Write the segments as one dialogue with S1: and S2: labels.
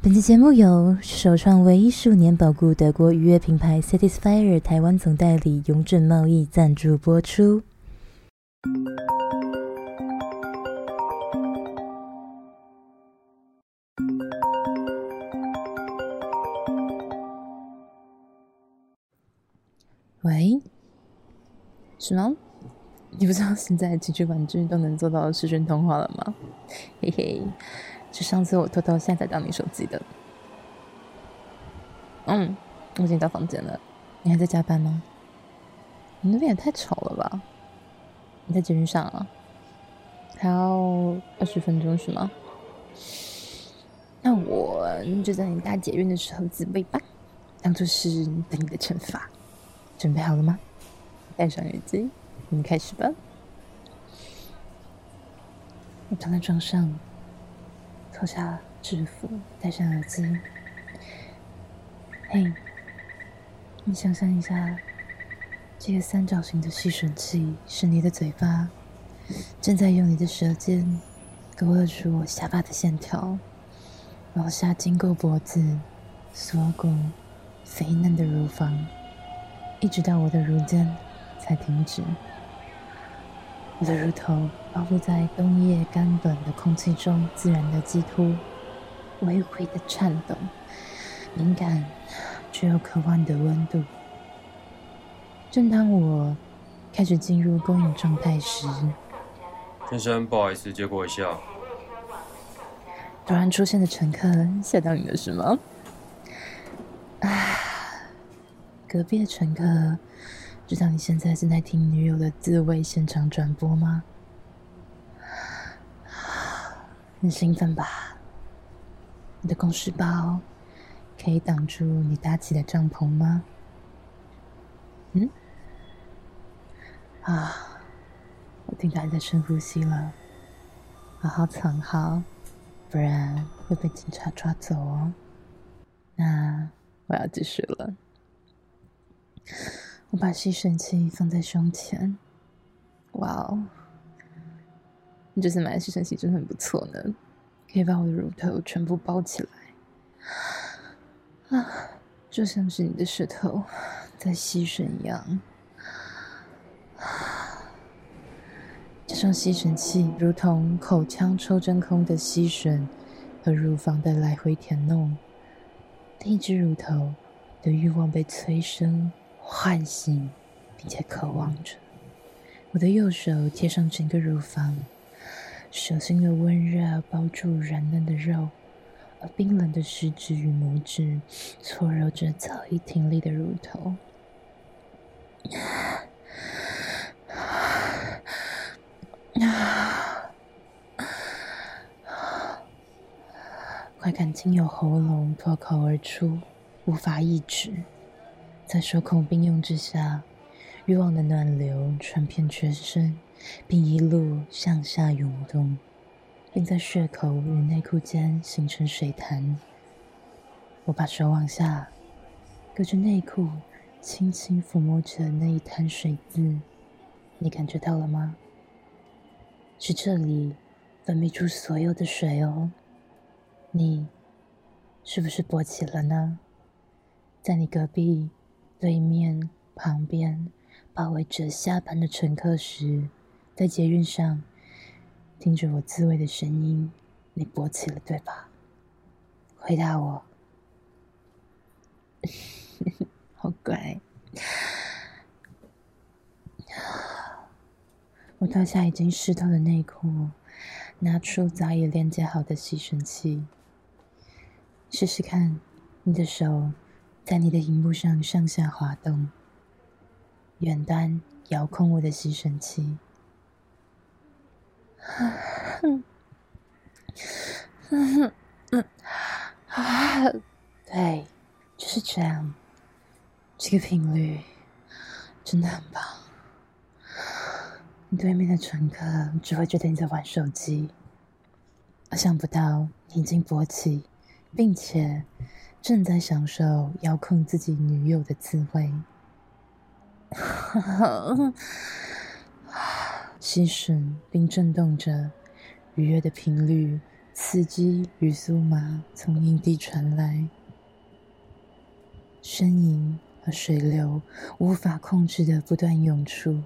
S1: 本期节目由首创为15年保固德国渔业品牌 Satisfyer 台湾总代理永准贸易赞助播出。喂，是吗？你不知道现在情绪玩具都能做到视讯通话了吗？嘿嘿，是上次我偷偷下载到你手机的。我已经到房间了。你还在加班吗？你那边也太吵了吧？你在捷运上啊？还要20分钟是吗？那我就在你搭捷运的时候自备吧，当作是对你的惩罚。准备好了吗？戴上耳机，我们开始吧。我躺在床上，脱下制服，戴上耳机。嘿，你想象一下，这个三角形的吸吮器是你的嘴巴，正在用你的舌尖勾勒出我下巴的线条，往下经过脖子、锁骨、肥嫩的乳房，一直到我的乳尖才停止。我的乳头包覆在冬夜干冷的空气中，自然的激突，微微的颤动，敏感却又渴望的温度。正当我开始进入勾引状态时，
S2: 先生，不好意思，借过一下。
S1: 突然出现的乘客吓到你了是吗？隔壁的乘客知道你现在正在听女友的自慰现场转播吗？很兴奋吧？你的公事包可以挡住你搭起的帐篷吗？我听到你在深呼吸了，好好藏好，不然会被警察抓走哦。那我要继续了。我把吸吮器放在胸前，哇哦，你这次买的吸吮器真的很不错呢，可以把我的乳头全部包起来，就像是你的舌头在吸吮一样。加上吸吮器如同口腔抽真空的吸吮和乳房的来回舔弄，另一只乳头的欲望被催生、唤醒，并且渴望着。我的右手贴上整个乳房，手心的温热包住软嫩的肉，而冰冷的食指与拇指搓揉着早已挺立的乳头。快感经由喉咙脱口而出，无法抑制。在手孔并用之下，欲望的暖流传遍全身，并一路向下涌动，并在血口与内裤间形成水潭。我把手往下，隔着内裤轻轻抚摸着那一滩水渍，你感觉到了吗？是这里分泌出所有的水哦。你是不是勃起了呢？在你隔壁、对面、旁边包围着下班的乘客时，在捷运上听着我自慰的声音，你勃起了对吧？回答我。好乖。我脱下已经湿透的内裤，拿出早已连接好的吸吮器，试试看你的手在你的荧幕上上下滑动，远端遥控我的吸吮器。对，就是这样，这个频率真的很棒。你对面的乘客只会觉得你在玩手机，而想不到你已经勃起，并且正在享受遥控自己女友的滋味。吸吮并震动着，愉悦的频率刺激与酥麻从阴蒂传来，呻吟和水流无法控制的不断涌出。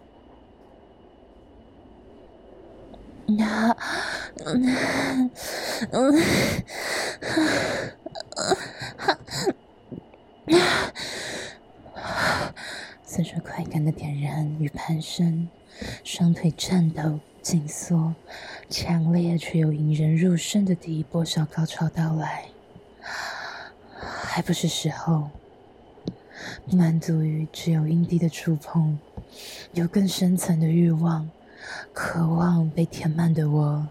S1: 随着快感的点燃与攀升，双腿颤抖紧缩，强烈却又引人入胜的第一波小高潮到来。还不是时候，不满足于只有阴蒂的触碰，有更深层的欲望，渴望被填满的我，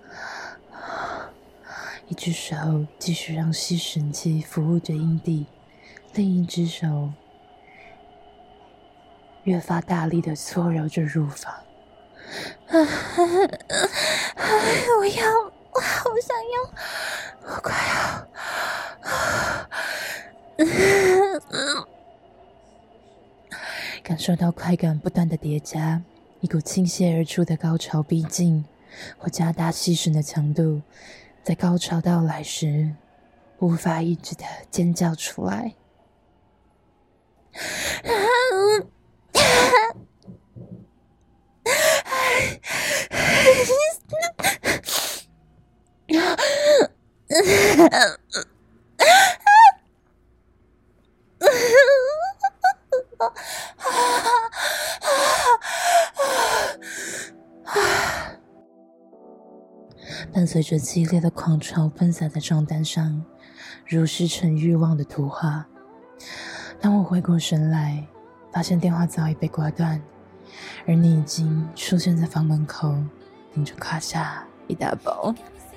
S1: 一只手继续让吸吮器服务着阴蒂，另一只手越发大力地搓揉着乳房。我好想要，我快要，感受到快感不断的叠加，一股倾泻而出的高潮逼近，我加大吸吮的强度，在高潮到来时，无法抑制的尖叫出来。伴随着激烈的狂潮喷洒在床单上，如湿成欲望的图画。当我回过神来，发现电话早已被挂断，而你已经出现在房门口，顶着胯下一大包。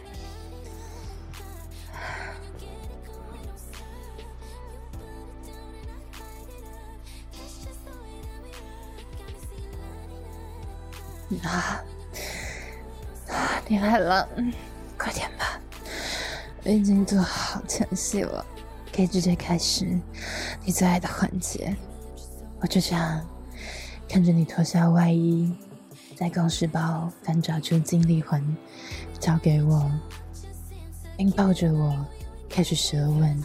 S1: 你来了，快点吧，我已经做好前戏了，可以直接开始你最爱的环节。我就这样看着你脱下外衣，在公事包翻找出精力环，交给我，并抱着我开始舌吻。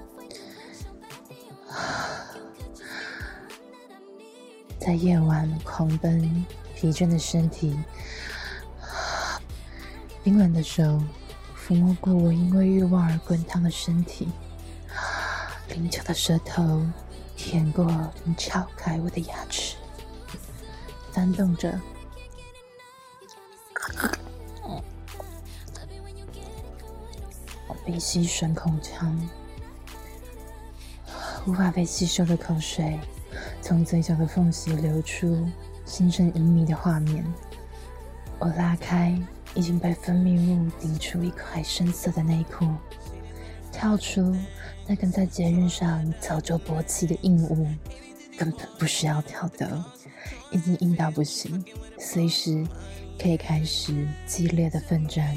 S1: 在夜晚狂奔，疲倦的身体，冰冷的手抚摸过我因为欲望而滚烫的身体，灵巧的舌头舔过并撬开我的牙齿，翻动着鼻息顺口腔，无法被吸收的口水从嘴角的缝隙流出，形成隐秘的画面。我拉开已经被分泌物顶出一块深色的内裤，跳出那根在节日上早就勃起的硬物，根本不需要跳的，已经硬到不行，随时可以开始激烈的奋战。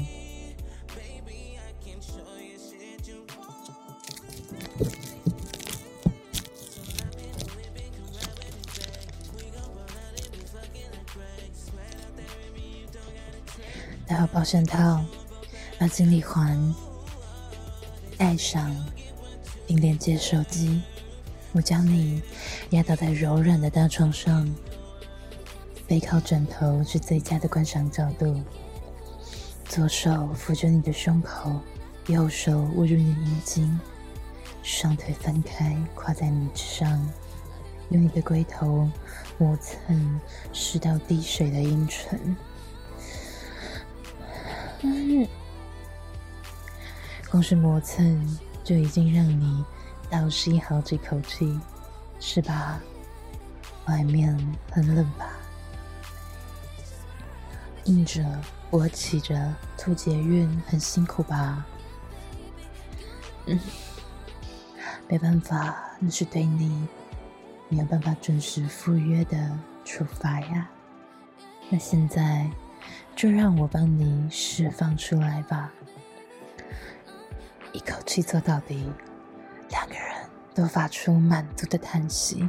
S1: 戴好保险套，把精力环戴上，并连接手机。我将你压倒在柔软的大床上，背靠枕头是最佳的观赏角度。左手扶着你的胸口，右手握住你的阴茎，双腿分开跨在你之上，用你的龟头磨蹭湿到滴水的阴唇。光是磨蹭就已经让你倒吸好几口气，是吧？外面很冷吧？硬着勃起着吐捷运很辛苦吧？没办法，那是对你没有办法准时赴约的处罚呀。那现在就让我帮你释放出来吧，一口气做到底，两个人都发出满足的叹息。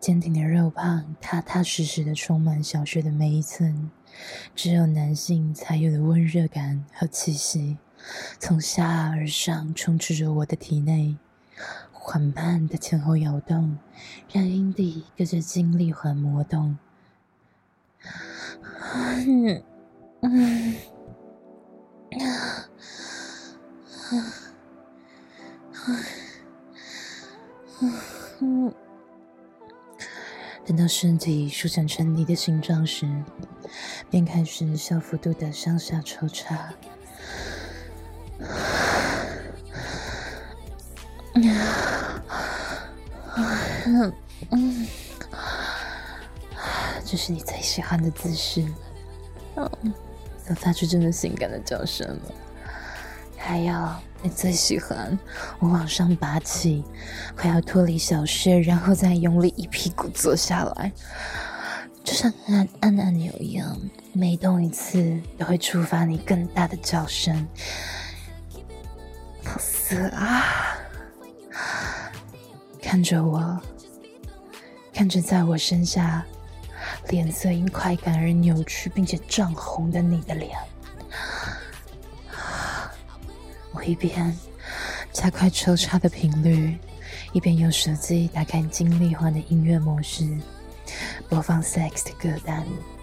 S1: 坚挺的肉棒踏踏实实的充满小穴的每一寸，只有男性才有的温热感和气息，从下而上充斥着我的体内，缓慢的前后摇动，让阴蒂跟着精力环魔动。等到身体舒展成你的形状时，便开始小幅度的上下抽插。这是你最喜欢的姿势，都发出这么性感的叫声了。还有你最喜欢我往上拔起，快要脱离小穴，然后再用力一屁股坐下来，就像按按钮一样，每动一次都会触发你更大的叫声。好色啊！看着我，看着在我身下脸色因快感而扭曲并且涨红的你的脸，我一边加快抽插的频率，一边用手机打开精力环的音乐模式，播放 sex 的歌单。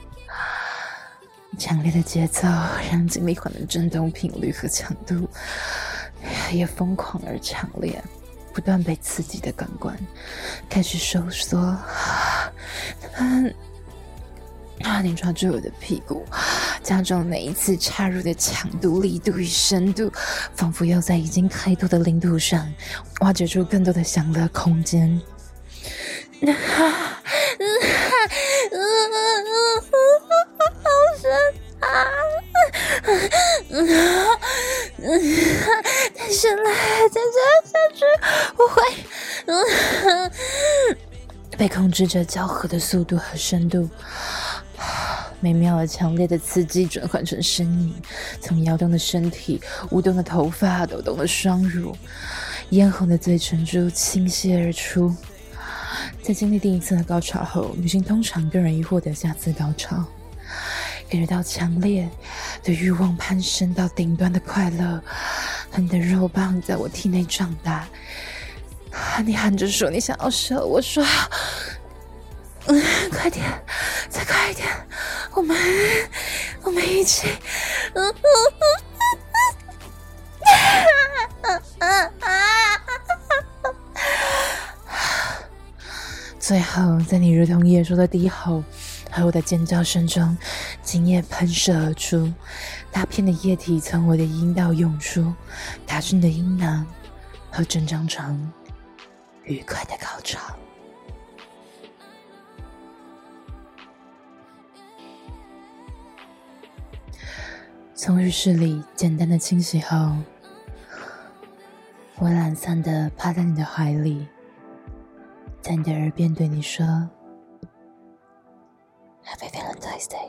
S1: 强烈的节奏让精力环的震动频率和强度也疯狂而强烈，不断被刺激的感官开始收缩。你抓住我的屁股，加重每一次插入的强度、力度与深度，仿佛要在已经开拓的领土上挖掘出更多的享乐空间。好深啊！太深了，再这样下去，我会被控制着交合的速度和深度。美妙而强烈的刺激转换成呻吟，从摇动的身体、舞动的头发、抖动的双乳，嫣红的嘴唇珠倾泻而出。在经历第一次的高潮后，女性通常更容易获得下次高潮，感觉到强烈的欲望攀升到顶端的快乐，和你的肉棒在我体内胀大。你喊着说你想要射，我说快点，再快一点，我们一起。最后在你如同野兽的低吼和我的尖叫声中，精液喷射而出，大片的液体从我的阴道涌出，打至你的阴囊和整张床，愉快的高潮。从浴室里简单的清洗后，我懒散的趴在你的怀里，在你的耳边对你说 Happy Valentine's Day，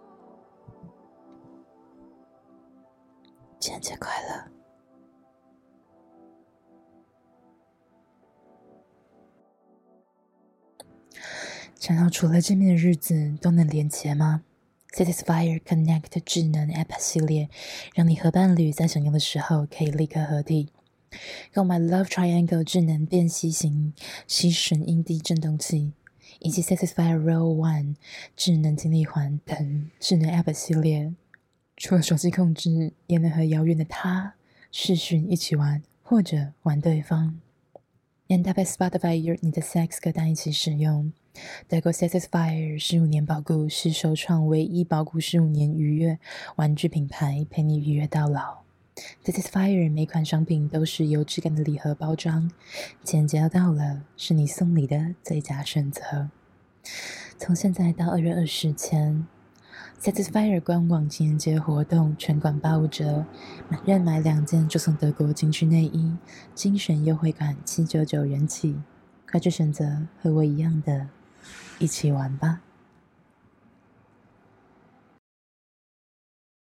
S1: 情人节快乐。想要除了见面的日子都能连结吗？Satisfyer Connect 智能 App 系列，让你和伴侣在想要的时候可以立刻合体。购买 Love Triangle 智能辨析型吸吮阴蒂振动器，以及 Satisfyer Roll One 智能精力环等智能 App 系列，除了手机控制，也能和遥远的他视讯一起玩，或者玩对方。连搭配 Spotify 你的 Sex 歌单一起使用。德国 Satisfyer 15年保固，是首创唯一保固15年愉悦玩具品牌，陪你愉悦到老。Satisfyer 每款商品都是有质感的礼盒包装，情人节要到了，是你送礼的最佳选择。从现在到2月20日前， Satisfyer 官网情人节活动全馆85折，任买2件就送德国情趣内衣，精选优惠款799元起，快去选择和我一样的一起玩吧。